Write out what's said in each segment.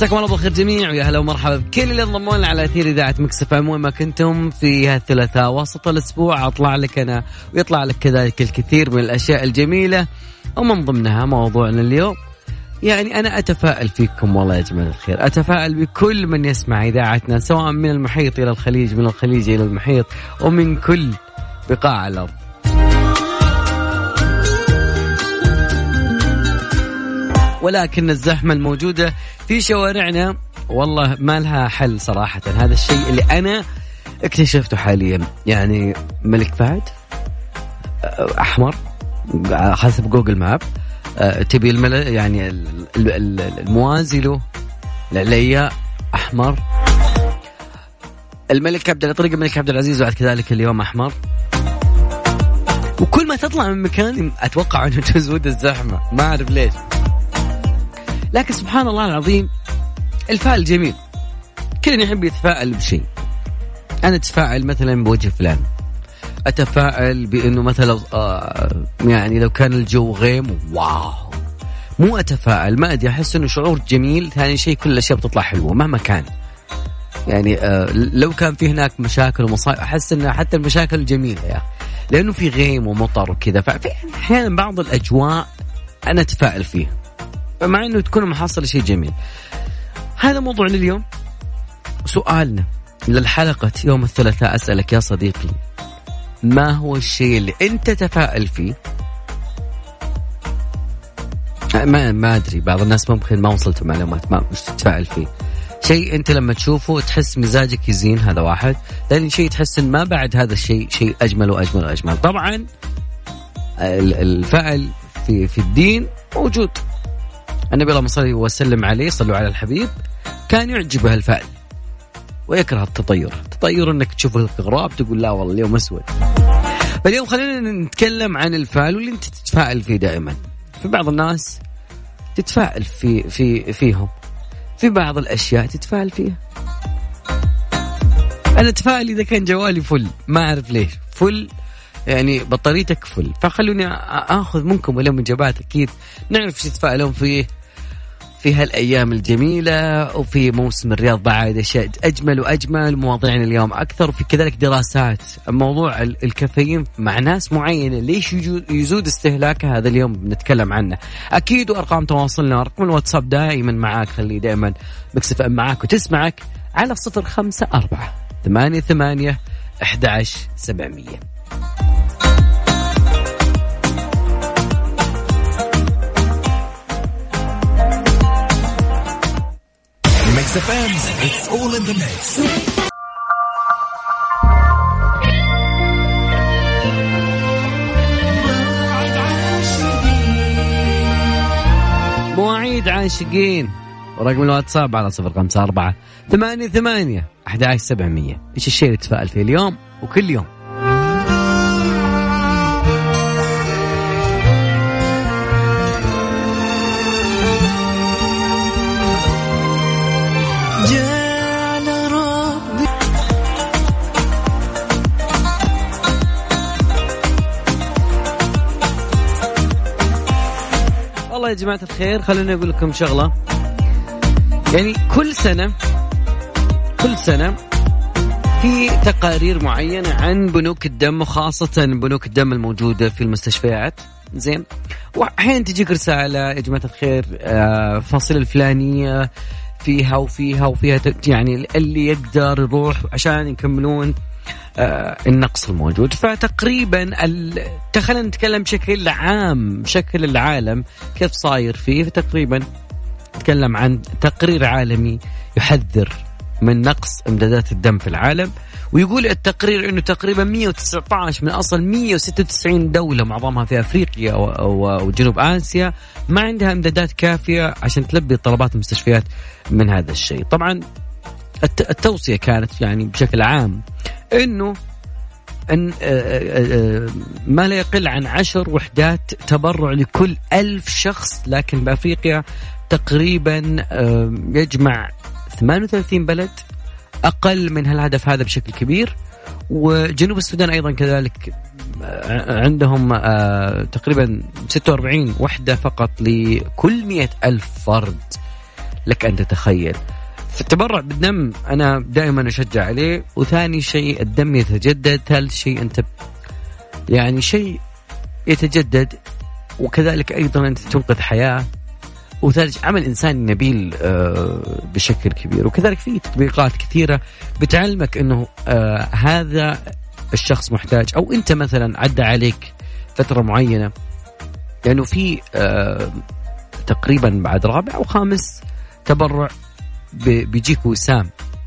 مساكم الله بالخير جميع ويا هلا ومرحبا بكل اللي انضموا لنا على أثير إذاعة مكس اف ام وين ما كنتم في هالثلاثاء وسط الأسبوع. أطلع لك أنا ويطلع لك كذلك الكثير من الأشياء الجميلة ومن ضمنها موضوعنا اليوم. يعني أنا أتفائل فيكم والله يا جماعة الخير، أتفائل بكل من يسمع إذاعتنا سواء من المحيط إلى الخليج، من الخليج إلى المحيط، ومن كل بقاع الأرض. ولكن الزحمة الموجودة في شوارعنا والله ما لها حل صراحة. هذا الشيء اللي أنا اكتشفته حاليا. يعني ملك فهد أحمر حسب جوجل ماب، تبي يعني الموازي له العليا أحمر، الملك عبد طريق الملك عبد العزيز وعد كذلك اليوم أحمر. وكل ما تطلع من مكان أتوقع أنه تزود الزحمة، ما أعرف ليش. لكن سبحان الله العظيم الفعل جميل، كل يحب يتفائل بشيء. أنا أتفائل مثلا بوجه فلان، أتفائل بأنه مثلا يعني لو كان الجو غيم واو، مو أتفائل ما أدري، أحس أنه شعور جميل. ثاني شيء كل الأشياء بتطلع حلوة مهما كان. يعني لو كان في هناك مشاكل ومصائب أحس أن حتى المشاكل جميلة يا، لأنه في غيم ومطر وكذا. ففي أحيانا بعض الأجواء أنا أتفائل فيها، مع أنه تكون محصلة شيء جميل. هذا موضوعنا اليوم. سؤالنا للحلقة يوم الثلاثاء أسألك يا صديقي، ما هو الشيء اللي أنت تتفائل فيه؟ ما أدري، بعض الناس ممكن ما وصلت معلومات ما مش تتفائل فيه. شيء أنت لما تشوفه تحس مزاجك يزين، هذا واحد. ثاني شيء تحس إن ما بعد هذا الشيء شيء أجمل وأجمل وأجمل. طبعا الفعل في الدين موجود. النبي الله صلى الله وسلم عليه، صلوا على الحبيب، كان يعجبه الفعل ويكره التطير. التطير انك تشوف الغراب تقول لا والله اليوم اسود. فاليوم خلينا نتكلم عن الفعل واللي انت تتفائل فيه دائما. في بعض الناس تتفائل فيهم، في بعض الاشياء تتفائل فيها. انا اتفائل اذا كان جوالي فل، ما اعرف ليش فل، يعني بطاريتك فل. فخلوني اخذ منكم اليوم اجابات اكيد نعرف ايش تتفائلون فيه في هالأيام الجميلة. وفي موسم الرياض بعد أشياء أجمل وأجمل. مواضيعنا اليوم أكثر، وفي كذلك دراسات موضوع الكافيين مع ناس معينة ليش يزود استهلاكه، هذا اليوم بنتكلم عنه أكيد. وأرقام تواصلنا، رقم الواتساب دائما معاك، خلي دائما مكس اف ام معاك وتسمعك على 0548811700. Mix FM, it's all in the mix. مواعيد عاشقين، ورقم الواتساب على 0548811700. ايش الشيء اللي تتفائل فيه اليوم وكل يوم؟ يا جماعة الخير خلوني أقول لكم شغلة. يعني كل سنة في تقارير معينة عن بنوك الدم، وخاصة بنوك الدم الموجودة في المستشفيات. زين، وأحيانا تجيك رسالة يا جماعة الخير فاصلة الفلانية فيها وفيها وفيها، يعني اللي يقدر يروح عشان يكملون النقص الموجود. فتقريبا خلينا نتكلم بشكل عام، شكل العالم كيف صاير فيه. فتقريبا نتكلم عن تقرير عالمي يحذر من نقص امدادات الدم في العالم. ويقول التقرير انه تقريبا 119 من اصل 196 دولة معظمها في افريقيا وجنوب اسيا ما عندها امدادات كافية عشان تلبي طلبات المستشفيات من هذا الشيء. طبعا التوصية كانت يعني بشكل عام إنه ما لا يقل عن 10 وحدات تبرع لكل 1000 شخص. لكن بأفريقيا تقريبا يجمع 38 بلد أقل من هالهدف هذا بشكل كبير. وجنوب السودان أيضا كذلك عندهم تقريبا 46 وحدة فقط لكل 100,000 فرد. لك أن تتخيل. في التبرع بالدم أنا دائما أشجع عليه. وثاني شيء الدم يتجدد. ثالث شيء أنت يعني شيء يتجدد، وكذلك أيضا أنت تنقذ حياة. وثالث عمل إنساني نبيل بشكل كبير. وكذلك في تطبيقات كثيرة بتعلمك أنه هذا الشخص محتاج، أو أنت مثلا عدى عليك فترة معينة، لأنه في تقريبا بعد رابع أو خامس تبرع بيجيك وسام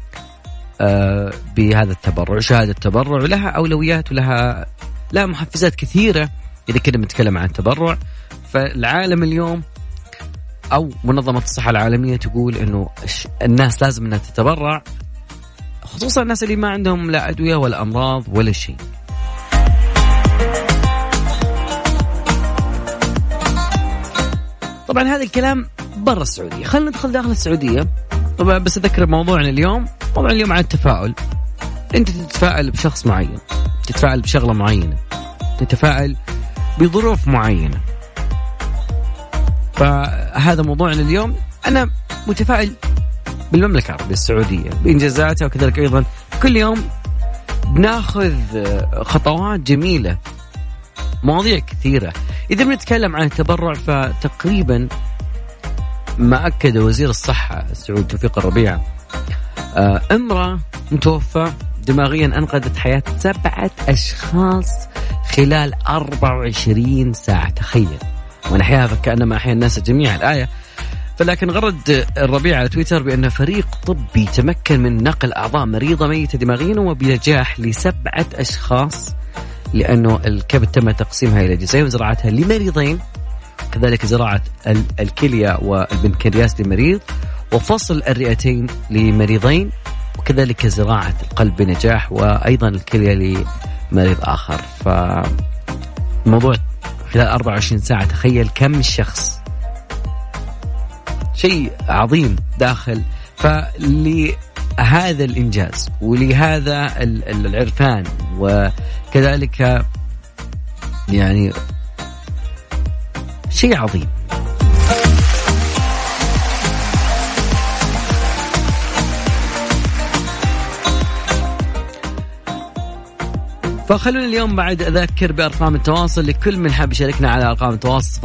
بهذا التبرع، شهادة تبرع، ولها أولويات ولها محفزات كثيرة. إذا كنا بنتكلم عن التبرع، فالعالم اليوم أو منظمة الصحة العالمية تقول إنه الناس لازم أنها تتبرع، خصوصا الناس اللي ما عندهم لا أدوية ولا أمراض ولا شيء. طبعا هذا الكلام برا السعودية. خلينا ندخل داخل السعودية. طبعا بس أذكر موضوعنا اليوم عن التفاؤل. أنت تتفائل بشخص معين، تتفائل بشغلة معينة، تتفائل بظروف معينة. فهذا موضوعنا اليوم. أنا متفائل بالمملكة العربية السعودية بإنجازاتها، وكذلك أيضا كل يوم بناخذ خطوات جميلة، مواضيع كثيرة. إذا بنتكلم عن التبرع، فتقريبا ما أكد وزير الصحة السعودي توفيق الربيع، امرأة متوفى دماغيا أنقذت حياة 7 أشخاص خلال 24 ساعة. تخيل، ونحياها فكأنما أحيا الناس جميعا الآية. فلكن غرد الربيع على تويتر بأن فريق طبي تمكن من نقل أعضاء مريضة ميتة دماغيا وبنجاح ل7 أشخاص، لأنه الكبد تم تقسيمها إلى جزئين وزراعتها لمريضين، كذلك زراعة الكلية والبنكرياس لمريض، وفصل الرئتين لمريضين، وكذلك زراعة القلب بنجاح، وأيضا الكلية لمريض آخر. فالموضوع خلال 24 ساعة. تخيل كم الشخص، شيء عظيم داخل. فلهذا الإنجاز ولهذا العرفان، وكذلك يعني شيء عظيم. فخلونا اليوم بعد أذكر بأرقام التواصل لكل من حاب يشاركنا على أرقام التواصل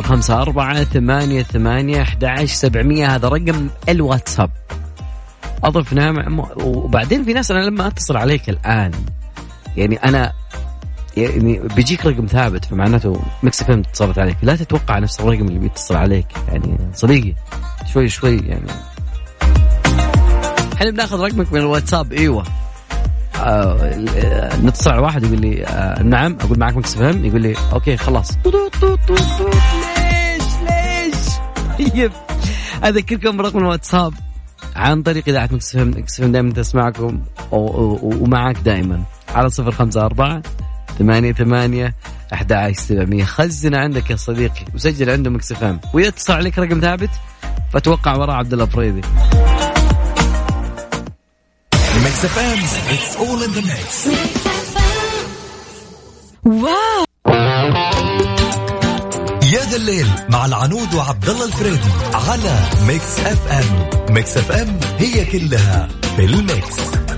0548811700. هذا رقم الواتساب. أضفنا وبعدين في ناس أنا لما أتصل عليك الآن أنا بيجيك رقم ثابت، فمعناته ميكس اف ام اتصلت عليك، لا تتوقع نفس الرقم اللي بيتصل عليك. صديقي شوي احنا بناخذ رقمك من الواتساب. ايوه نتصل على واحد يقول لي نعم، اقول معك ميكس اف ام، يقول لي اوكي خلاص. ليش طيب اذكركم برقم الواتساب عن طريق اذاعه ميكس اف ام دائما تسمعكم ومعك دائما على 0548811700. خزن عندك يا صديقي وسجل عنده ميكس اف ام، واذا اتصل عليك رقم ثابت فتوقع وراء عبد الله الفريدي. ميكس اف ام it's all in the mix. واو يا ذا الليل مع العنود وعبد الله الفريدي على ميكس اف ام. ميكس اف ام هي كلها في الميكس.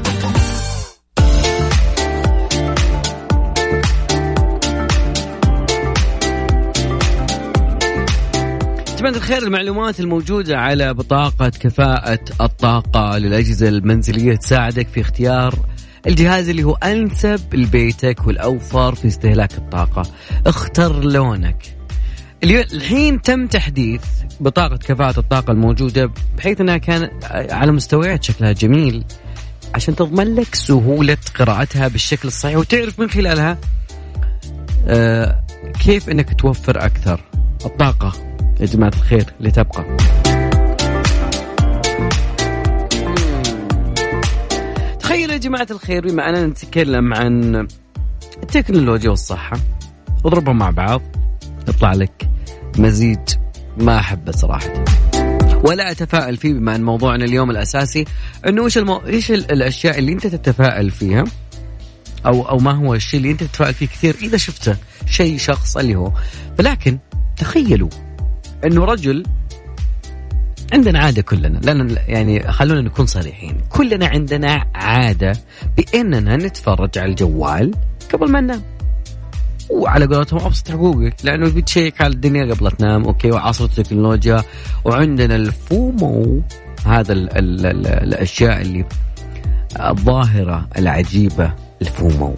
جماعة الخير، المعلومات الموجودة على بطاقة كفاءة الطاقة للأجهزة المنزلية تساعدك في اختيار الجهاز اللي هو أنسب لبيتك والأوفر في استهلاك الطاقة. اختر لونك. الحين تم تحديث بطاقة كفاءة الطاقة الموجودة بحيث أنها كان على مستويات شكلها جميل، عشان تضمن لك سهولة قراءتها بالشكل الصحيح، وتعرف من خلالها كيف أنك توفر أكثر الطاقة يا جماعة الخير اللي تبقى. تخيلوا يا جماعة الخير، بما أننا نتكلم عن التكنولوجيا والصحة، اضربهم مع بعض يطلع لك مزيج ما أحبه صراحة ولا أتفائل فيه. بما أن موضوعنا اليوم الأساسي أنه إيش الأشياء اللي أنت تتفائل فيها، أو ما هو الشيء اللي أنت تتفائل فيه كثير إذا شفته شيء شخص اللي هو. فلكن تخيلوا أنه رجل عندنا عادة كلنا، لأن يعني خلونا نكون صريحين، كلنا عندنا عادة بأننا نتفرج على الجوال قبل ما ننام. وعلى قولتهم أبسط حقوقك، لأنه بتشيك على الدنيا قبل تنام. أوكي، وعصر التكنولوجيا، وعندنا الفومو، هذا الأشياء اللي الظاهرة العجيبة، الفومو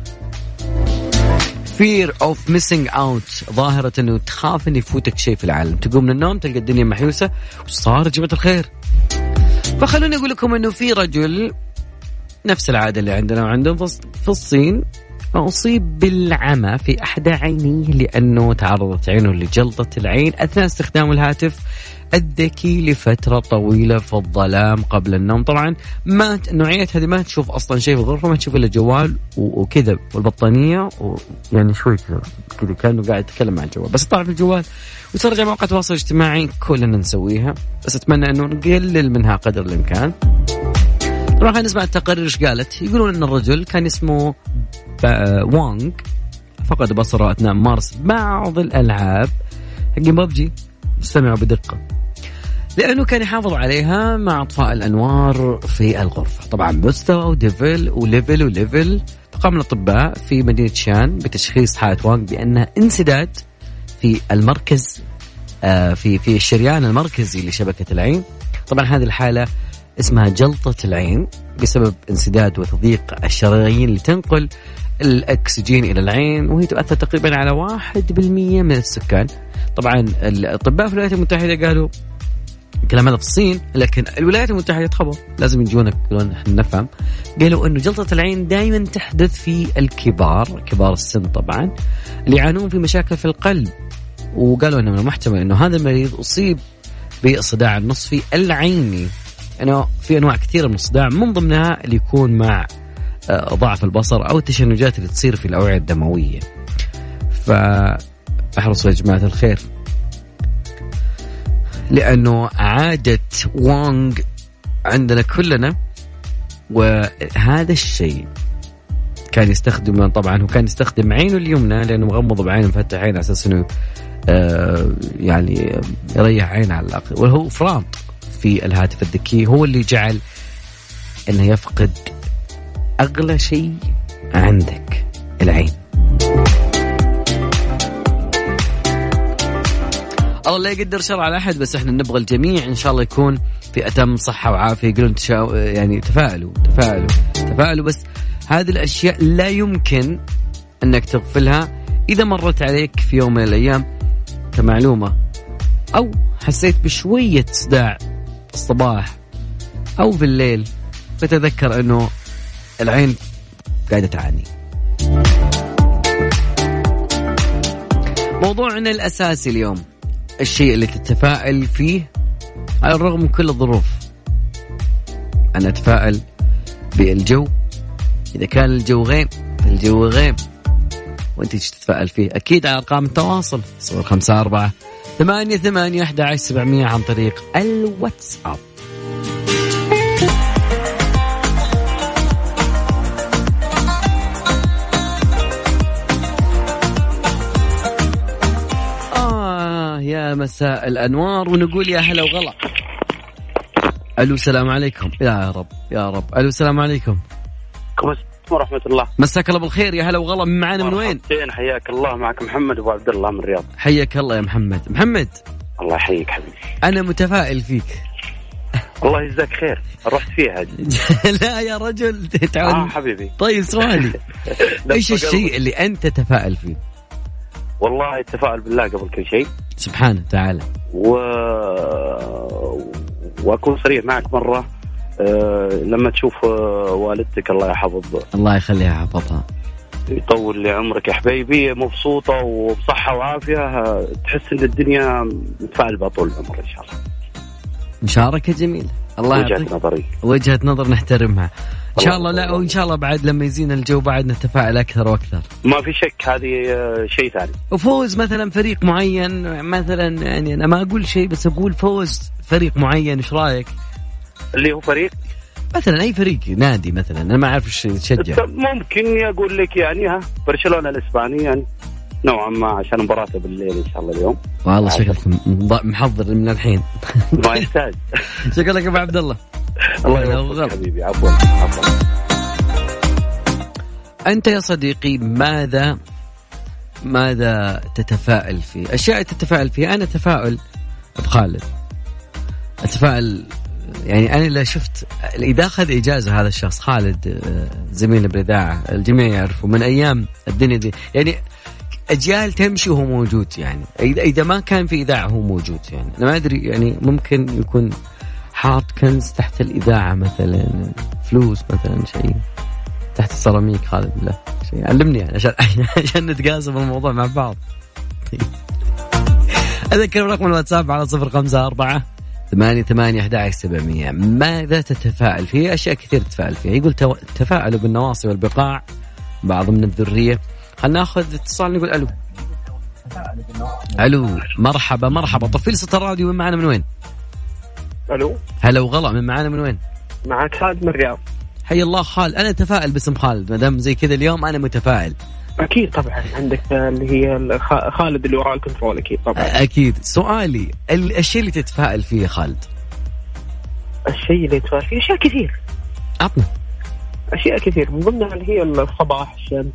fear of missing out، ظاهرة أنه تخاف أن يفوتك شيء في العالم. تقوم من النوم تلقى الدنيا محيوسة، وش صار يا جماعة الخير؟ فخلوني أقول لكم أنه في رجل نفس العادة اللي عندنا وعندهم في الصين، أصيب بالعمى في أحد عينيه لأنه تعرضت عينه لجلطة العين أثناء استخدام الهاتف الذكي لفترة طويلة في الظلام قبل النوم. طبعا ما نوعية هذه ما تشوف أصلا شيء في الغرفة، ما تشوف إلا جوال وكذا والبطانية، ويعني شوي كذا كأنه قاعد يتكلم مع الجوال، بس طلع في الجوال وترجع مواقع التواصل الاجتماعي كلنا نسويها، بس أتمنى أنه نقلل منها قدر الإمكان. طبعا خلينا نسمع التقارير ايش قالت. يقولون أن الرجل كان اسمه وانغ فقد بصره أثناء ممارسة بعض الألعاب حق ببجي، استمعوا بدقة، لأنه كان يحافظ عليها مع إطفاء الأنوار في الغرفة. طبعا مستوى وليفل وليفل. فقام الأطباء في مدينة شان بتشخيص حالة وانغ بأنها انسداد في المركز في الشريان المركزي لشبكة العين. طبعا هذه الحالة اسمها جلطة العين بسبب انسداد وتضييق الشرايين اللي تنقل الأكسجين إلى العين، وهي تؤثر تقريبا على 1% من السكان. طبعا الأطباء في الولايات المتحدة قالوا كلام هذا في الصين، لكن الولايات المتحدة تخبر لازم يجونا يقولون احنا نفهم. قالوا إنه جلطة العين دائما تحدث في كبار السن طبعا اللي يعانون في مشاكل في القلب، وقالوا إنه من المحتمل إنه هذا المريض أصيب بالصداع النصفي العيني. أنه في أنواع كثيرة من الصداع، من ضمنها اللي يكون مع ضعف البصر أو التشنجات اللي تصير في الأوعية الدموية. فاحرصوا يا جماعة الخير، لأنه عادة وانغ عندنا كلنا، وهذا الشيء كان يستخدم طبعا، هو كان يستخدم عينه اليمنى لأنه مغمض بعينه مفتح عينه على أساس أنه يعني يريح عينه على الأقل، وهو فرامط في الهاتف الذكي هو اللي جعل انه يفقد اغلى شيء عندك، العين. الله لا يقدر شر على احد، بس احنا نبغى الجميع ان شاء الله يكون في اتم صحة وعافية. يقولون يعني تفاءلوا، بس هذه الاشياء لا يمكن انك تغفلها. اذا مرت عليك في يوم من الايام كمعلومة او حسيت بشوية صداع الصباح أو في الليل، فتذكر أنه العين قاعدة تعاني. موضوعنا الأساسي اليوم، الشيء اللي تتفائل فيه على الرغم من كل الظروف. أنا أتفائل بالجو، إذا كان الجو غيم الجو غيم، وأنت تتفائل فيه أكيد على أرقام التواصل 0548811700 عن طريق الواتساب. يا مساء الأنوار، ونقول يا هلا وغلا. ألو السلام عليكم. يا رب. ألو السلام عليكم ورحمة الله. مساك الله بالخير، يا هلا وغلا. معنا من وين؟ حياك الله، معك محمد أبو عبد الله من الرياض. حياك الله يا محمد. الله يحييك حبيبي. أنا متفائل فيك. الله يجزاك خير. رحت فيها هذه. لا يا رجل تعال. حبيبي. طيب سؤالي إيش الشيء اللي أنت تتفائل فيه؟ والله التفاؤل بالله قبل كل شيء سبحانه وتعالى. وأكون صريح معك مرة، لما تشوف والدتك الله يحفظ، الله يخليها يحفظها، يطول لي عمرك يا حبيبي، مبسوطة وبصحة وعافية، تحس ان الدنيا متفائل بطول العمر ان شاء الله. مشاركة جميلة، الله يعطيك. وجهة نظر نحترمها ان شاء الله. لا وان شاء الله بعد لما يزين الجو بعد نتفائل اكثر واكثر، ما في شك. هذه شيء ثاني. وفوز مثلا فريق معين مثلا، يعني انا ما اقول شيء بس اقول فوز فريق معين، ايش رايك؟ اللي هو فريق مثلا اي فريق نادي مثلا، انا ما اعرف ايش تشجع. ممكن اقول لك يعني برشلونة الاسباني يعني. نوعا ما عشان مباراته بالليل إن شاء الله اليوم. والله شكلك محضر من الحين. ما يحتاج. شكرا لك أبو عبد الله. الله يوفقك حبيبي. عفوا. أنت يا صديقي ماذا تتفائل فيه؟ أشياء تتفائل فيها. أنا تفاؤل بخالد، أتفائل يعني أنا اللي شفت إذا أخذ إجازة هذا الشخص خالد زميلنا بالإذاعة، الجميع يعرفه من أيام الدنيا دي، يعني أجيال تمشي وهو موجود. يعني إذا ما كان في إذاعة هو موجود. يعني أنا ما أدري، يعني ممكن يكون حاط كنز تحت الإذاعة مثلا، فلوس مثلا، شيء تحت السيراميك. خالد بالله شيء علمني يعني عشان نتقاسم الموضوع مع بعض. أذكر رقم الواتساب على 0548811700. ماذا تتفائل فيه؟ أشياء كثير تتفائل فيها. يقول تفائلوا بالنواصي والبقاع بعض من الذرية. خلنا ناخذ اتصال نقول ألو. ألو مرحبا. طفي لي صوت الراديو. من معنا من وين؟ ألو. هلا وغلا. من معنا من وين؟ معك خالد من الرياض. حي الله خالد. أنا تفائل باسم خالد، ما دام زي كذا اليوم أنا متفائل. أكيد طبعا عندك اللي هي خالد اللي وراء الكنترول. أكيد طبعا. أكيد. سؤالي الشيء اللي تتفائل فيه خالد. الشيء اللي تتفائل فيه أشياء كثير. عطنا. أشياء كثير من ضمنها اللي هي الصباح، الشمس،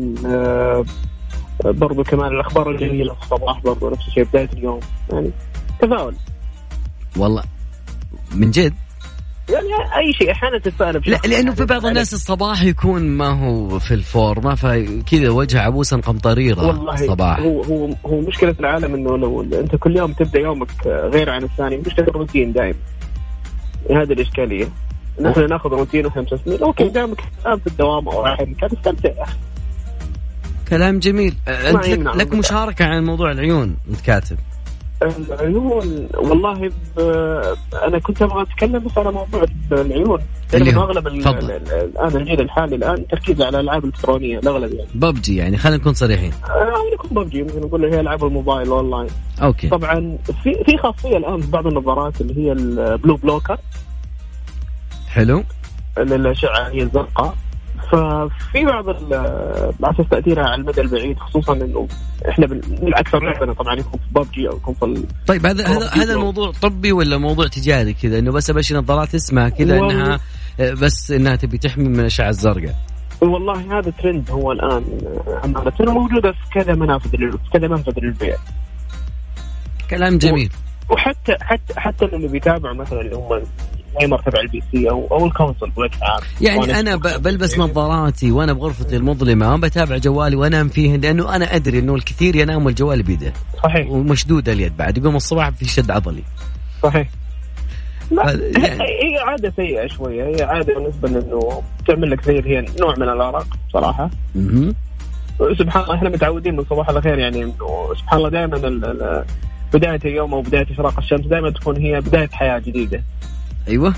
برضو كمان الأخبار الجميلة في الصباح، برضو نفس الشيء بداية اليوم. يعني تفاؤل والله من جد. يعني أي شيء أحيانا تتفائل. لا لأنه في بعض الناس الصباح يكون ما هو في الفورمة، فكذا وجه عبوسا قمطريرة. والله الصباح هو مشكلة العالم إنه لو أنت كل يوم تبدأ يومك غير عن الثاني، مشكلة الروتين دائما. هذه الإشكالية. نحن ناخذ روتين وإحنا مسلسلين. أوكي دامك في الدوام أو رايح كان تستمتع. كلام جميل. أنت لك مشاركة عن موضوع العيون. أنت كاتب العيون. والله أنا كنت أبغى أتكلم بس على موضوع العيون. أغلب الآن الجيل الحالي الآن تركيز على الألعاب الإلكترونية الأغلب. يعني ببجي، يعني خلينا نكون صريحين. يكون ببجي ممكن نقول هي ألعاب الموبايل أونلاين. أوكي. طبعا في خاصية الآن في بعض النظارات اللي هي البلو بلوكر. حلو. الأشعة هي الزرقاء. ففي بعض أساس تأثيرها على المدى البعيد، خصوصا إنه إحنا بالأكثر لعبنا طبعا يكون في ببجي أو يكون في. طيب هذا الموضوع طبي ولا موضوع تجاري كذا، إنه بس أبشي نظارات اسمها كذا إنها بس إنها تبي تحمي من الأشعة الزرقاء؟ والله هذا ترند هو الآن عمالة موجودة في كذا منفذ للبيع. كلام جميل. وحتى اللي بيتابعوا مثلا اللي هم جيمر تبع البي سي او الكونسول بوجه عام. يعني انا بلبس نظاراتي وانا بغرفتي المظلمه، ما بتابع جوالي وانام فيه، لانه انا ادري انه الكثير ينام الجوال بيده. صحيح. ومشدود اليد بعد، يقوم الصباح في شد عضلي. صحيح. لا يعني هي عاده سيئه شويه، هي عاده بالنسبه لانه تعمل لك زي هي نوع من الارق صراحه. سبحان الله احنا متعودين من صباح الخير، يعني انه سبحان الله دائما بدايه اليوم او بدايه اشراق الشمس دائما تكون هي بدايه حياه جديده. ايوه.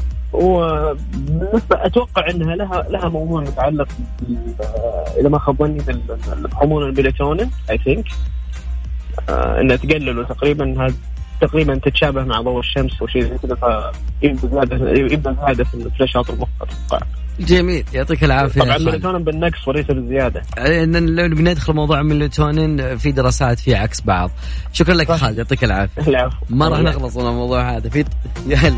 واتوقع انها لها موضوع متعلق اذا ما خاب ظني بالهرمون الميلاتونين. اي ثينك انها تقلل تقريبا تتشابه مع ضوء الشمس وشيء زي كذا، فيبدا زياده في الفلاشات المخ. اتوقع. جميل، يعطيك العافيه. طبعا الميلاتونين بالنقص وليس بالزياده. لو بندخل موضوع الميلاتونين في دراسات في عكس بعض. شكرا لك خالد، يعطيك العافيه. العفو. ما راح نخلص من الموضوع هذا. هل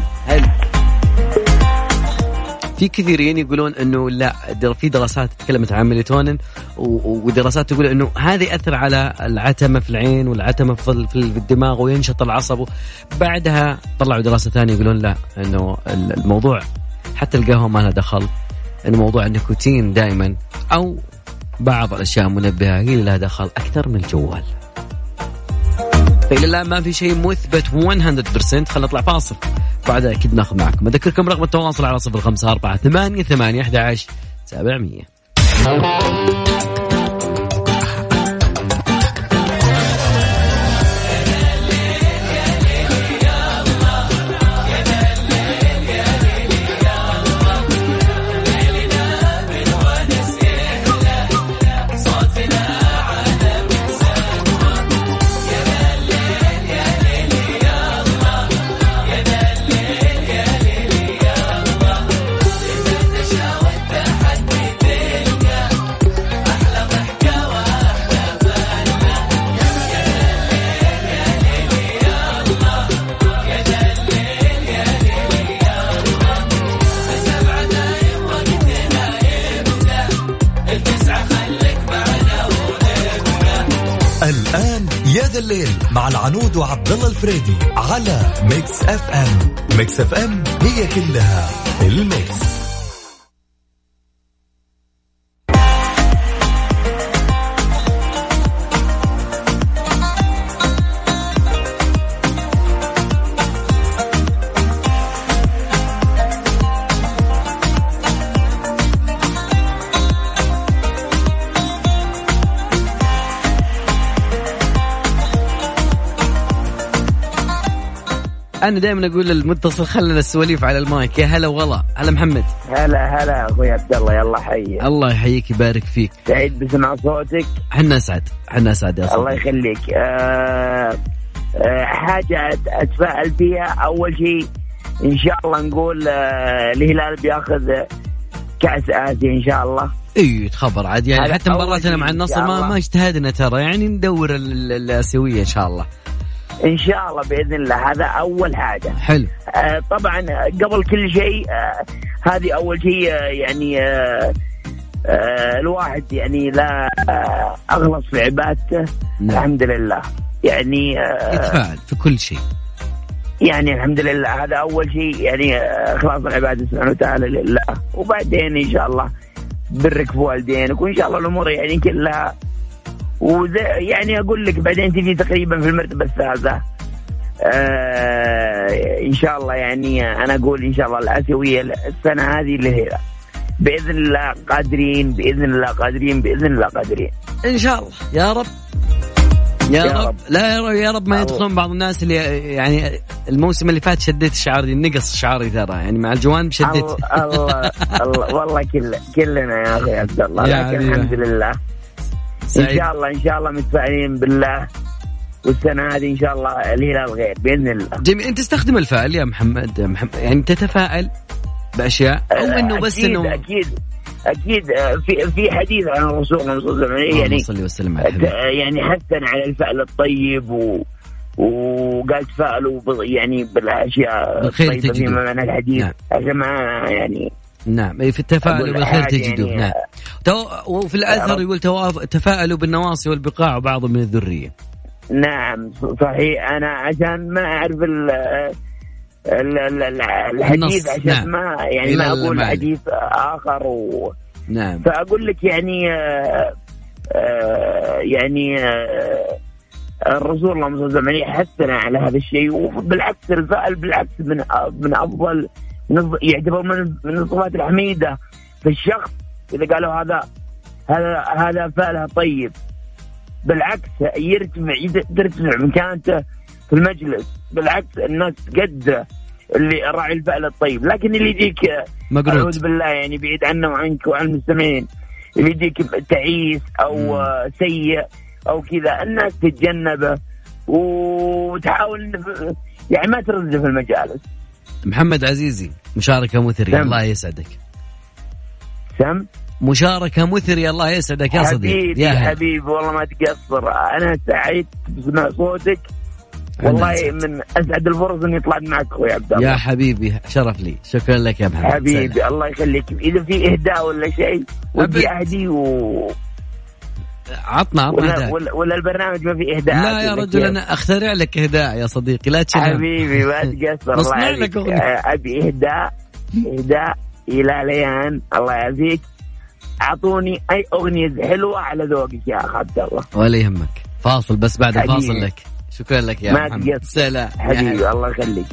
في كثيرين يقولون انه لا، في دراسات تكلمت عن الميلاتونين ودراسات تقول انه هذا يأثر على العتمة في العين والعتمة في الدماغ وينشط العصب. بعدها طلعوا دراسة ثانية يقولون لا، انه الموضوع حتى القهوة ما لها دخل، انه موضوع النيكوتين دائما او بعض الاشياء المنبهة هي اللي لها دخل اكثر من الجوال. فإلى الآن ما في شيء مثبت 100%. خلنا نطلع فاصل، بعدها أكيد ناخذ معكم. أذكركم رقم التواصل على 0548811700. هذا الليل مع العنود وعبد الله الفريدي على ميكس اف ام. ميكس اف ام هي كلها الميكس. أنا دائما أقول للمتصل خلنا السواليف على المايك. يا هلا وغلا. هلا محمد. هلا أخوي عبد الله. يلا حي. الله يحييك يبارك فيك. سعيد بسمع صوتك. حنا أسعد يا صديقي. الله يخليك. حاجة أتفائل فيها. أول شيء إن شاء الله نقول الهلال بياخذ كأس آسيا إن شاء الله. ايه تخبر عاد يعني حتى مباراتنا مع النصر ما اجتهدنا ترى يعني ندور الآسيوية إن شاء الله. إن شاء الله بإذن الله. هذا أول حاجة. حلو. طبعا قبل كل شيء هذه أول شيء يعني الواحد يعني لا أغلص في عبادته. نعم. الحمد لله يعني يتفاعل في كل شيء يعني الحمد لله. هذا أول شيء يعني إخلاص العبادة سبحانه وتعالى لله. وبعدين إن شاء الله برك في والدينك وإن شاء الله الأمور يعني كلها. يعني أقول لك بعدين تجي تقريبا في المرتبة الثالثة إن شاء الله. يعني أنا أقول إن شاء الله الآسيوية السنة هذه للهلال بإذن الله قادرين. بإذن الله قادرين. بإذن الله قادرين إن شاء الله. يا رب يا رب. لا يا رب ما يدخلون بعض الناس اللي يعني الموسم اللي فات شديت الشعار نقص شعاري ترى يعني مع الجوان شديت. الله والله كلنا يا أخي عبد الله. لكن الحمد لله سعيد. إن شاء الله متفائلين بالله. والسنة هذه إن شاء الله الهلال غير بإذن الله. جميل. أنت تستخدم الفعل يا محمد يعني تتفائل بأشياء أو إنه بس إنه أكيد في حديث عن الرسول صلى الله عليه وسلم يعني صلى وسلم على يعني حثنا على الفعل الطيب وقال تفائلوا يعني بالأشياء الطيبة في معنى الحديث. نعم. عشان ما يعني نعم في التفاؤل بالخير تجدوه. يعني نعم. وفي الأثر يقول تفاءلوا بالنواصي والبقاع وبعض من الذرية. نعم صحيح. أنا عشان ما أعرف الحديث عشان نعم. ما يعني ما أقول حديث آخر نعم. فأقول لك يعني يعني الرسول الله صلى الله عليه وسلم حثنا على هذا الشيء. وبالعكس الفعل بالعكس من أفضل يعتبر من الصفات الحميدة في الشخص. إذا قالوا هذا فعله طيب بالعكس ترتفع مكانته في المجلس. بالعكس الناس قد اللي راعي الفعل الطيب. لكن اللي يجيك أعوذ بالله يعني بعيد عنه وعنك وعن المستمعين اللي يجيك تعيس أو سيء أو كذا الناس تتجنبه وتحاول يعني ما ترد في المجالس. محمد عزيزي مشاركة مثرية. الله يسعدك. مشاركة مثرية. الله يسعدك يا صديقي. يا حبيبي والله ما تقصر. أنا سعيد بسمع صوتك والله من أسعد الفرص أن يطلع معك أخوي عبد الله. يا حبيبي شرف لي. شكرا لك يا محمد حبيبي. سلام. الله يخليك. إذا في إهداء ولا شيء ودي أهدي عطنا ولا البرنامج ما في إهداء. لا يا رجل أنا أخترع لك إهداء يا صديقي لا تشنم. حبيبي ما تقصر. الله يعافيك. أبي إهداء إلى ليان الله يعافيك. أعطوني أي أغنية حلوة على ذوقك يا أخي عبد الله. ولا يهمك. فاصل بس بعد الفاصل لك. شكرا لك يا محمد. سلام حبيبي. الله يخليك.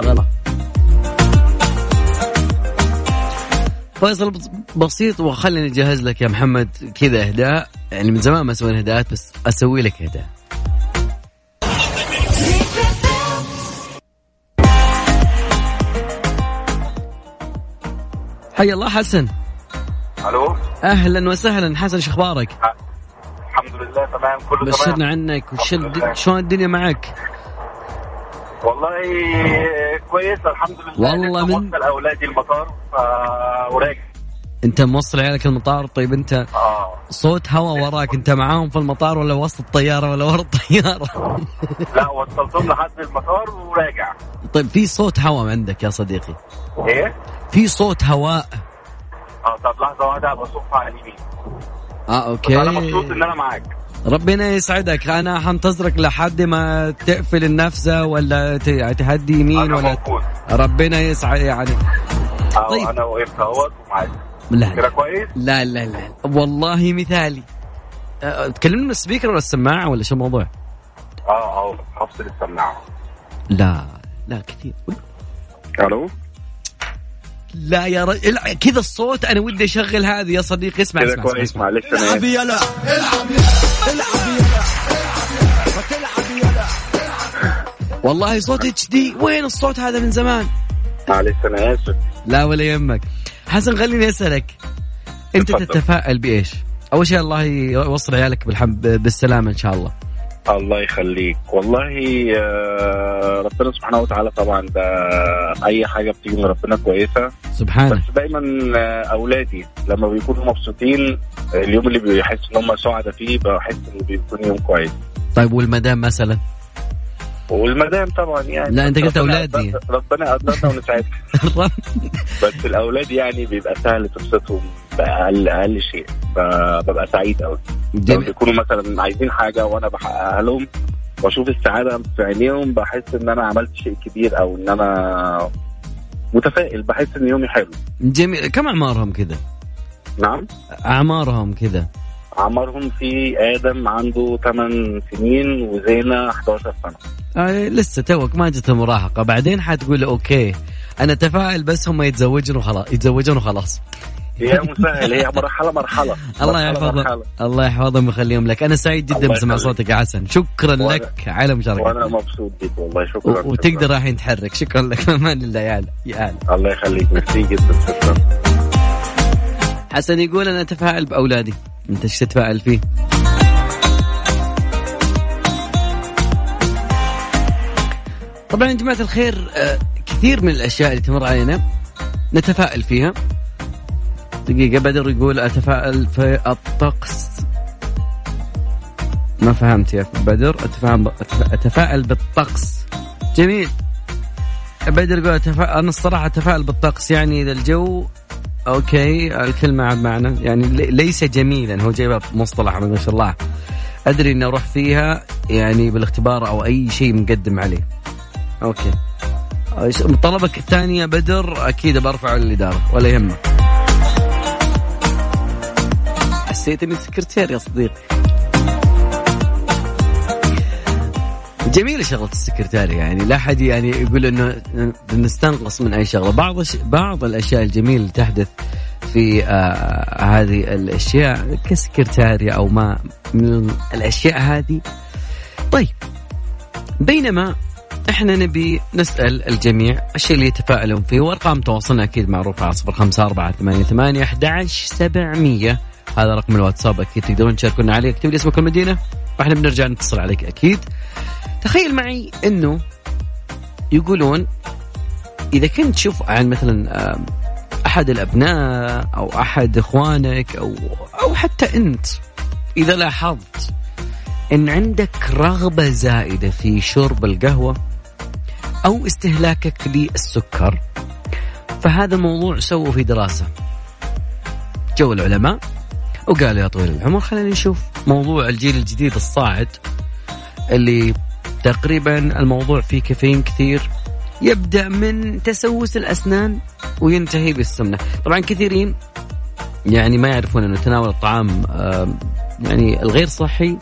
فاصل بسيط وخليني أجهز لك يا محمد كذا إهداء يعني من زمان ما سوينا إهداءات بس أسوي لك إهداء. حي الله حسن. الو اهلا وسهلا حسن شو اخبارك؟ الحمد لله تمام كله تمام. بشرنا عنك شلون الدنيا معك؟ والله كويس الحمد لله. والله من موصل اولادي المطار وراجع. انت موصل عيالك المطار؟ طيب انت صوت هوا وراك، انت معاهم في المطار ولا وسط الطياره ولا ورا الطياره؟ لا وصلتهم لحد المطار وراجع. طيب في صوت هوا عندك يا صديقي؟ ايه في صوت هواء. طب لحظه واحده بصفها على اليمين. اوكي انا مبسوط ان انا معاك. ربنا يسعدك. أنا حنتظرك لحد ما تقفل النفسة ولا تهدي يمين ولا موجود. ربنا يسعد يعني. طيب أنا وقفت أهوت ومعاك. لا كده كويس؟ لا لا لا والله مثالي. تكلمنا من السبيكر ولا السماعة ولا شو الموضوع؟ أفصل السماعة. لا كثير. ألو. لا يا رجل كذا الصوت أنا ودي أشغل هذه يا صديقي. اسمع كده كويس. معلش العب يلا العب يلا والله صوت HD. وين الصوت هذا من زمان؟ معلش أنا آسف. لا ولا يهمك. حسن خليني أسألك أنت تتفائل بإيش؟ أول شيء الله يوصل عيالك بالسلامة إن شاء الله. الله يخليك. والله ربنا سبحانه وتعالى طبعا ده اي حاجه بتيجي من ربنا كويسه سبحانه. بس دايما اولادي لما بيكونوا مبسوطين اليوم اللي بيحس ان هم سعداء فيه بحس انه بيكون يوم كويس. طيب والمدام مثلا؟ والمدام طبعا يعني لا انت قلت اولادي. ربنا قدرنا ونسعدهم. بس الاولاد يعني بيبقى سهل تبسطهم باقل شيء ببقى سعيد قوي. بيكونوا مثلا عايزين حاجه وانا بحققها لهم واشوف السعاده في عينيهم بحس ان انا عملت شيء كبير او ان انا متفائل بحس ان يومي حلو. جميل. كم اعمارهم كذا؟ نعم اعمارهم كذا. عمرهم في آدم عنده 8 سنين وزينة 11 سنة. لسه توك ما جت المراهقة. بعدين حتقول أوكي أنا تفائل بس هم يتزوجون وخلاص. هي مسهل. هي مرحلة. الله يحفظهم. الله يحفظهم ويخليهم لك. أنا سعيد جدا بسمع صوتك يا حسن. شكرا لك على مشاركتك. وأنا مبسوط بك والله. شكرا. وتقدر راح نتحرك. شكرا لك. أمان الله يا آل. الله يخليك. ميرسي جدا. شكرا. حسن يقول أنا أتفائل بأولادي. أنت إيش تتفائل فيه؟ طبعا يا جماعة الخير كثير من الأشياء اللي تمر علينا نتفائل فيها. دقيقة. بدر يقول أتفائل في الطقس. ما فهمت يا بدر. أتفائل بالطقس. جميل. بدر يقول أنا الصراحة أتفائل بالطقس يعني إذا الجو أوكي. الكلمة معنا يعني ليس جميلا. هو جايبها مصطلح ما شاء الله. أدري إني أروح فيها يعني بالاختبار أو أي شيء مقدم عليه. أوكي. طلبك الثانية بدر أكيد برفعه للإدارة ولا يهمك. حسيت إني سكرتير يا صديقي. جميلة شغلة السكرتاري يعني لا حد يعني يقول إنه نستنقص من أي شغلة. بعض الأشياء الجميلة اللي تحدث في هذه الأشياء كسكرتاري أو ما من الأشياء هذه. طيب بينما إحنا نبي نسأل الجميع الشيء اللي يتفائلون فيه وأرقام تواصلنا أكيد معروفة على 0548811700. هذا رقم الواتساب أكيد تقدرون تشاركونا عليه. اكتب لي اسمك والمدينة وإحنا بنرجع نتصل عليك أكيد. تخيل معي إنه يقولون إذا كنت تشوف عن مثلا أحد الأبناء أو أحد إخوانك أو حتى أنت إذا لاحظت إن عندك رغبة زائدة في شرب القهوة أو استهلاكك للسكر فهذا موضوع سووا في دراسة. جو العلماء وقالوا يا طويل العمر خلينا نشوف موضوع الجيل الجديد الصاعد اللي تقريبا الموضوع فيه كافيين كثير يبدأ من تسوس الأسنان وينتهي بالسمنة. طبعا كثيرين يعني ما يعرفون أنه تناول الطعام يعني الغير صحي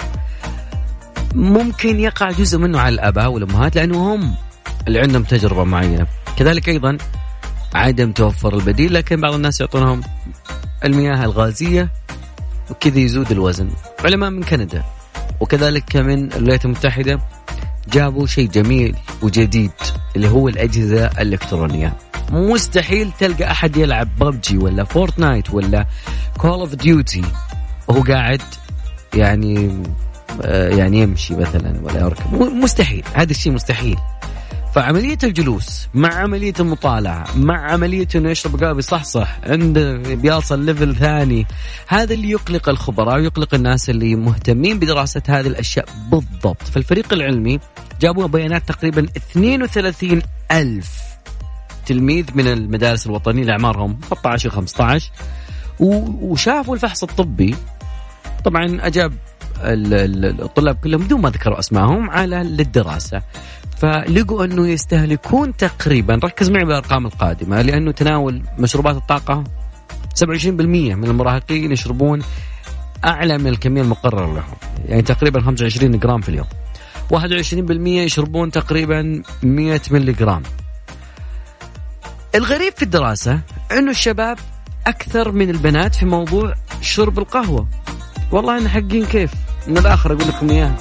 ممكن يقع جزء منه على الآباء والأمهات لأنه هم اللي عندهم تجربة معينة. كذلك أيضا عدم توفر البديل لكن بعض الناس يعطونهم المياه الغازية وكذا يزود الوزن. علماء من كندا وكذلك من الولايات المتحدة جابوا شيء جميل وجديد اللي هو الأجهزة الإلكترونية. مستحيل تلقى أحد يلعب ببجي ولا فورتنايت ولا كول اوف ديوتي وهو قاعد يعني يمشي مثلا ولا يركب. مستحيل. هذا الشيء مستحيل. فعملية الجلوس مع عملية المطالعة مع عملية أنه يشرب قهوة صح عنده بيوصل ليفل ثاني. هذا اللي يقلق الخبراء ويقلق الناس اللي مهتمين بدراسة هذه الأشياء بالضبط. فالفريق العلمي جابوا بيانات تقريبا 32,000 تلميذ من المدارس الوطنية لأعمارهم 13 و15 وشافوا الفحص الطبي. طبعا أجاب الطلاب كلهم بدون ما ذكروا أسمائهم على للدراسة. فلقوا أنه يستهلكون تقريبا، ركز معي بالأرقام القادمة، لأنه تناول مشروبات الطاقة 27% من المراهقين يشربون أعلى من الكمية المقررة لهم، يعني تقريبا 25 جرام في اليوم. 21% يشربون تقريبا 100 ملي جرام. الغريب في الدراسة أنه الشباب أكثر من البنات في موضوع شرب القهوة. والله إن حقين كيف من الآخر أقول لكم إياه.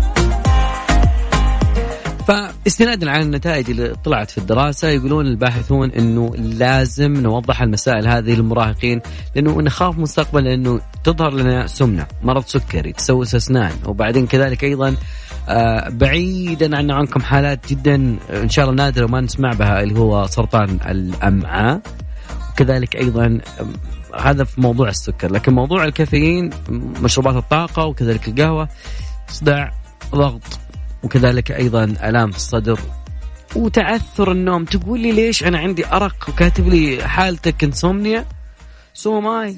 فاستنادا على النتائج اللي طلعت في الدراسة، يقولون الباحثون أنه لازم نوضح المسائل هذه للمراهقين، لأنه نخاف مستقبلا أنه تظهر لنا سمنة، مرض سكري، تسوس أسنان، وبعدين كذلك أيضا بعيدا عنكم حالات جدا إن شاء الله نادرة وما نسمع بها، اللي هو سرطان الأمعاء، وكذلك أيضا هذا في موضوع السكر. لكن موضوع الكافيين، مشروبات الطاقة، وكذلك القهوة، صداع، ضغط، وكذلك أيضا آلام في الصدر وتعثر النوم. تقول لي ليش أنا عندي أرق وكاتب لي حالتك انسومنيا؟ سو ماي.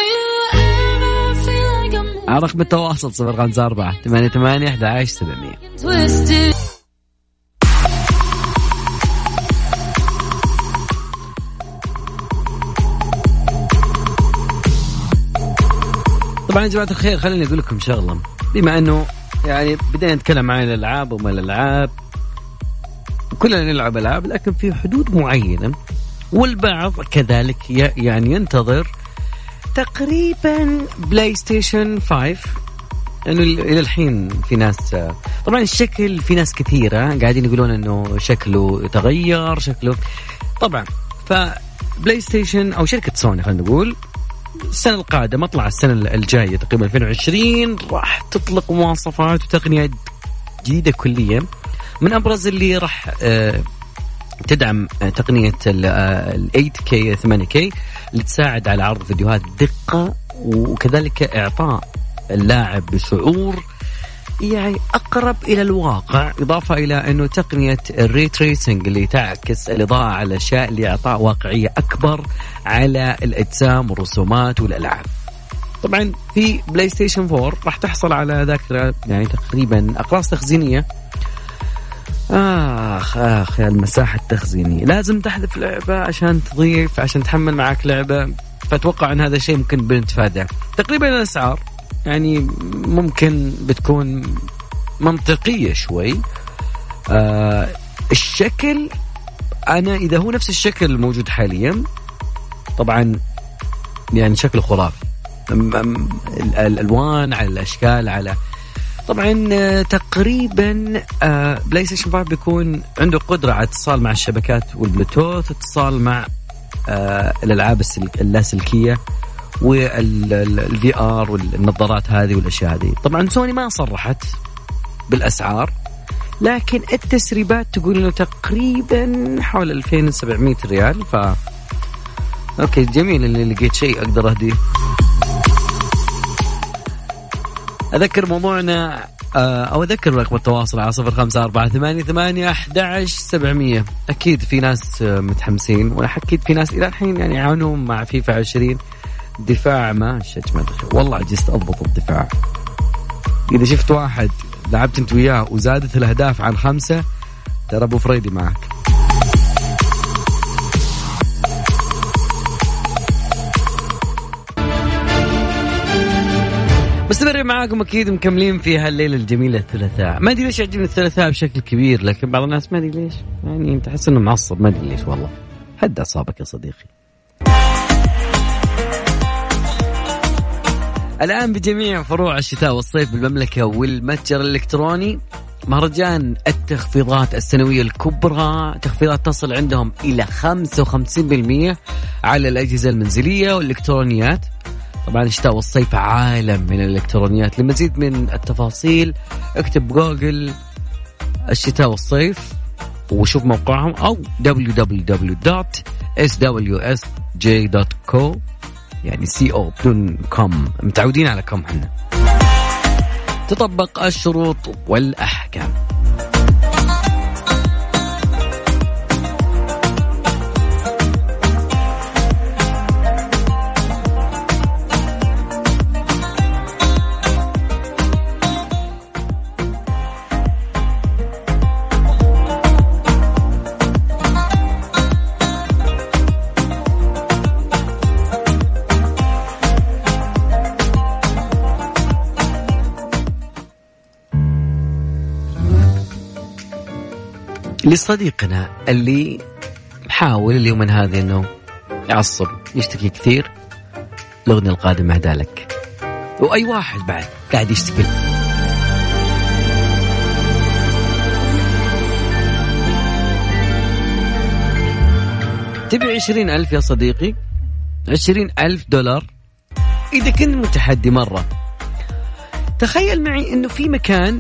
عرق بالتواصل 054-88-11-700. طبعا يا جماعة الخير، خليني أقول لكم شغلة، بما أنه يعني بدينا نتكلم عن الألعاب وما الألعاب، كلنا نلعب ألعاب لكن في حدود معينة، والبعض كذلك يعني ينتظر تقريبا بلاي ستيشن 5. لأنه إلى الحين في ناس، طبعا الشكل في ناس كثيرة قاعدين يقولون أنه شكله يتغير، شكله طبعا. فبلاي ستيشن أو شركة سوني خلينا نقول السنة القادمة، مطلع السنة الجاية تقريبا 2020، راح تطلق مواصفات وتقنية جديدة كليا. من أبرز اللي راح تدعم تقنية ال 8K 8K اللي تساعد على عرض فيديوهات بدقة، وكذلك إعطاء اللاعب بشعور يعني أقرب إلى الواقع، إضافة إلى أنه تقنية الري تريسنج اللي تعكس الإضاءة على الأشياء لإعطاء واقعية أكبر على الأجسام والرسومات والألعاب. طبعا في بلاي ستيشن 4 راح تحصل على ذاكرة يعني تقريبا أقراص تخزينية. يا المساحة التخزينية، لازم تحذف لعبة عشان تضيف، عشان تحمل معك لعبة. فأتوقع أن هذا الشيء ممكن بنتفادى. تقريبا الأسعار يعني ممكن بتكون منطقية شوي. الشكل أنا إذا هو نفس الشكل الموجود حاليا طبعا يعني شكله خرافي، الألوان على الأشكال على طبعا. تقريبا بلاي ستيشن 5 بيكون عنده قدرة على اتصال مع الشبكات والبلوتوث، اتصال مع الألعاب اللاسلكية والفي ار والنظارات هذه والأشياء هذه. طبعا سوني ما صرحت بالأسعار، لكن التسريبات تقول إنه تقريبا حول 2700 ريال. أوكي جميل، اللي لقيت شيء أقدر أهديه. أذكر موضوعنا أو أذكر رقم التواصل على 0548811700. أكيد في ناس متحمسين، وأكيد في ناس إلى الحين يعني يعانون مع فيفا 20 دفاع ما شجمة. والله عجزت أضبط الدفاع. إذا شفت واحد لعبت أنت وياه وزادت الأهداف عن 5 ترى أبو فريدي معك. مستمر معاكم أكيد، مكملين في هالليلة الجميلة الثلاثاء. ما أدري ليش يعجبني الثلاثاء بشكل كبير، لكن بعض الناس ما أدري ليش يعني أنت حس إنه معصب، ما أدري ليش والله. هدى أصابك يا صديقي. الآن بجميع فروع الشتاء والصيف بالمملكة والمتجر الإلكتروني مهرجان التخفيضات السنوية الكبرى، تخفيضات تصل عندهم إلى 55% على الأجهزة المنزلية والإلكترونيات. طبعا الشتاء والصيف عالم من الإلكترونيات. لمزيد من التفاصيل اكتب جوجل الشتاء والصيف وشوف موقعهم، أو www.swsj.co يعني CO بدون كوم، متعودين على كوم حنا. تطبق الشروط والأحكام. لصديقنا اللي حاول اليوم من هذه أنه يعصب يشتكي كثير، الأغنية القادمة أهدى لك، وأي واحد بعد قاعد يشتكي. تبي 20,000 يا صديقي، 20,000 دولار إذا كنت متحدي مرة. تخيل معي إنه في مكان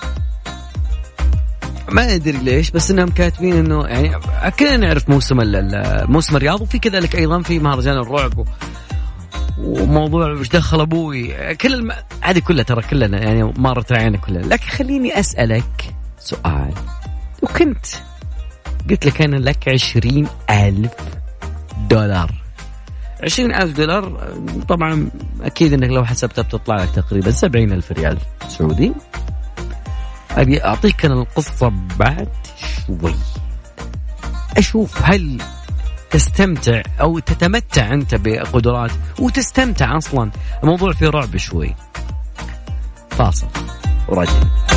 ما أدري ليش بس إنهم كاتبين إنه يعني كلنا نعرف موسم الرياض، وفي كذلك أيضا في مهرجان الرعب وموضوع وش دخل أبوي، هذه كلها ترى كلنا يعني مرت علينا كلنا. لكن خليني أسألك سؤال، وكنت قلت لك أنا لك 20,000 دولار. 20,000 دولار طبعا أكيد أنك لو حسبتها بتطلع لك تقريبا 70,000 ريال سعودي. أبي أعطيك أنا القصة بعد شوي، أشوف هل تستمتع أو تتمتع أنت بقدرات وتستمتع أصلا. الموضوع فيه رعب شوي. فاصل ورجل.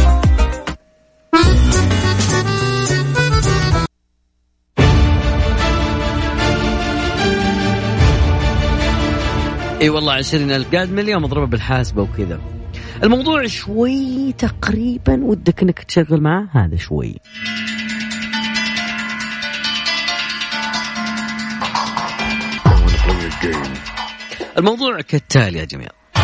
اي والله 20,000 قاعد مليون مضروبة بالحاسبة وكذا. الموضوع شوي تقريبا ودك انك تشغل معه هذا شوي. الموضوع كالتالي يا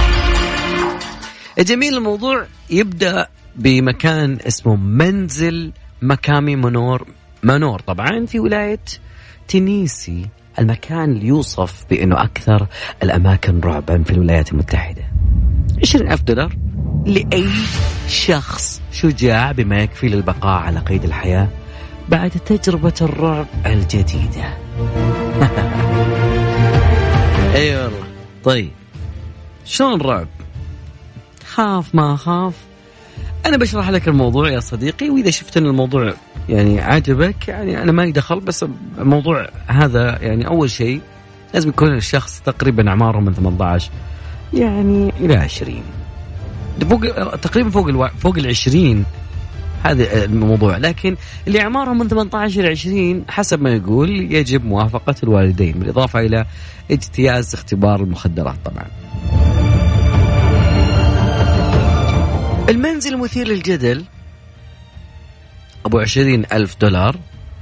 جميل. الموضوع يبدأ بمكان اسمه منزل مكامي منور طبعا في ولاية تينيسي، المكان اللي يوصف بأنه أكثر الأماكن رعبا في الولايات المتحدة. 20,000 دولار لأي شخص شجاع بما يكفي للبقاء على قيد الحياة بعد تجربة الرعب الجديدة. أي والله. طيب شلون رعب؟ خاف ما خاف؟ أنا بشرح لك الموضوع يا صديقي، وإذا شفت أن الموضوع يعني عجبك يعني أنا ما يدخل، بس الموضوع هذا يعني أول شيء لازم يكون الشخص تقريبا أعماره من 18 يعني إلى 20 تقريبا فوق 20 هذا الموضوع. لكن اللي أعمارهم من 18 إلى 20 حسب ما يقول يجب موافقة الوالدين، بالإضافة إلى اجتياز اختبار المخدرات. طبعا المنزل مثير للجدل أبو 20,000 دولار،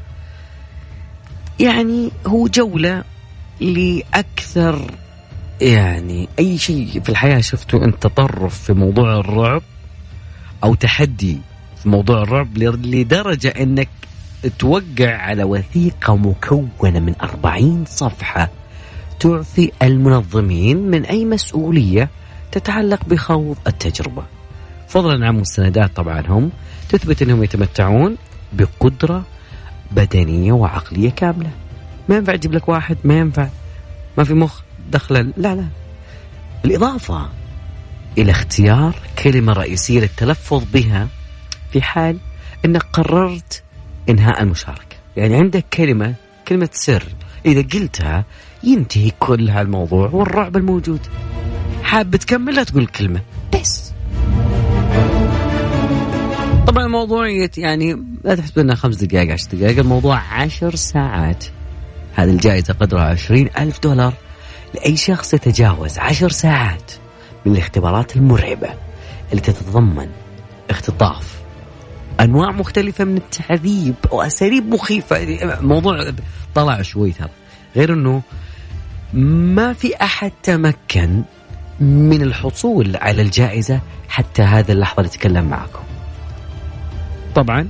يعني هو جولة لأكثر يعني أي شيء في الحياة شفته أنت تطرف في موضوع الرعب أو تحدي في موضوع الرعب لدرجة أنك توقع على وثيقة مكونة من 40 صفحة تعفي المنظمين من أي مسؤولية تتعلق بخوض التجربة، فضلا عن مستندات طبعا هم تثبت أنهم يتمتعون بقدرة بدنية وعقلية كاملة. ما ينفع تجيب لك واحد ما ينفع ما في مخ دخل، لا. بالإضافة إلى اختيار كلمة رئيسية للتلفظ بها في حال أنك قررت إنهاء المشاركة. يعني عندك كلمة سر إذا قلتها ينتهي كل هالموضوع والرعب الموجود. حاب تكمل لا تقول كلمة بس. طبعا الموضوع يعني لا تحسب أنها 5 دقائق 10 دقائق، الموضوع 10 ساعات. هذه الجائزة قدرها 20,000 دولار لأي شخص يتجاوز 10 ساعات من الاختبارات المرعبة اللي تتضمن اختطاف، أنواع مختلفة من التعذيب وأساليب مخيفة. موضوع طلع شوي ترى، غير أنه ما في أحد تمكن من الحصول على الجائزة حتى هذه اللحظة اللي أتكلم معكم. طبعا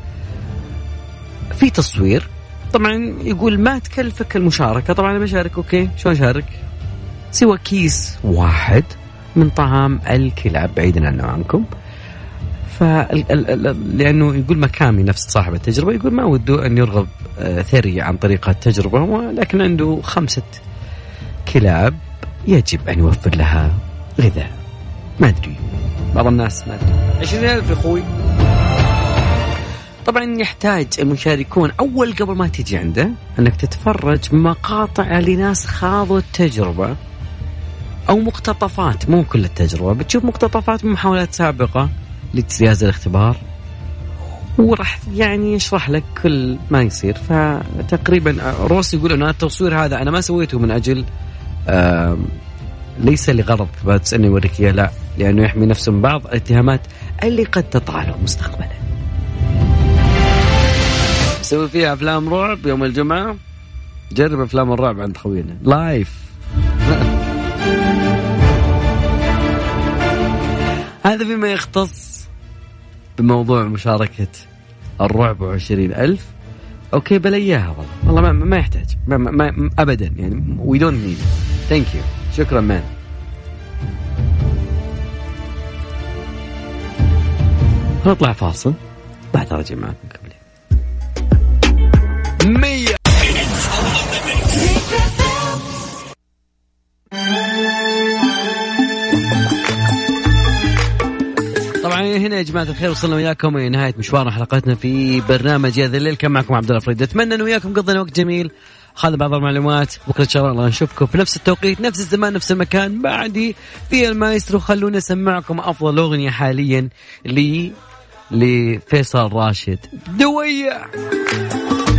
في تصوير، طبعا يقول ما تكلفك المشاركة. طبعا أنا بشارك، أوكي شلون أشارك؟ سوى كيس واحد من طعام الكلاب بعيدا عنكم. لأنه يقول مكامي نفس صاحب التجربة يقول ما وده أن يرغب ثري عن طريقة التجربة، لكن عنده 5 كلاب يجب أن يوفر لها غذاء. ما أدري بعض الناس ما أدري. 20,000 يا أخوي. طبعا يحتاج المشاركون أول قبل ما تيجي عنده أنك تتفرج مقاطع لناس خاضوا التجربة أو مقتطفات، مو كل التجربة، بتشوف مقتطفات من محاولات سابقة لاجتياز الاختبار، وراح يعني يشرح لك كل ما يصير. فتقريبا روس يقول أنه التصوير هذا أنا ما سويته من أجل ليس لغرض بس أني أوريك إياه، لا، لأنه يحمي نفسه من بعض الاتهامات اللي قد تطرح له مستقبلا. سوي فيها أفلام رعب يوم الجمعة، جرب أفلام الرعب عند خوينا لايف. هذا فيما يختص بموضوع مشاركة الرعب 20,000. أوكي بل إياها والله ما يحتاج ما أبدا يعني we don't need it. thank you، شكرا مان. نطلع فاصل بعد رجع معكم قبل 100. طبعا هنا يا جماعة الخير وصلنا وياكم لنهاية مشوار حلقتنا في برنامج هذا الليل. كان معكم عبد الله الفريد، أتمنى أن وياكم قضينا وقت جميل، أخذنا بعض المعلومات. بكرة إن شاء الله نشوفكم في نفس التوقيت نفس الزمان نفس المكان بعدي في المايسترو. خلونا نسمعكم أفضل أغنية حاليا لفيصل راشد، دوية.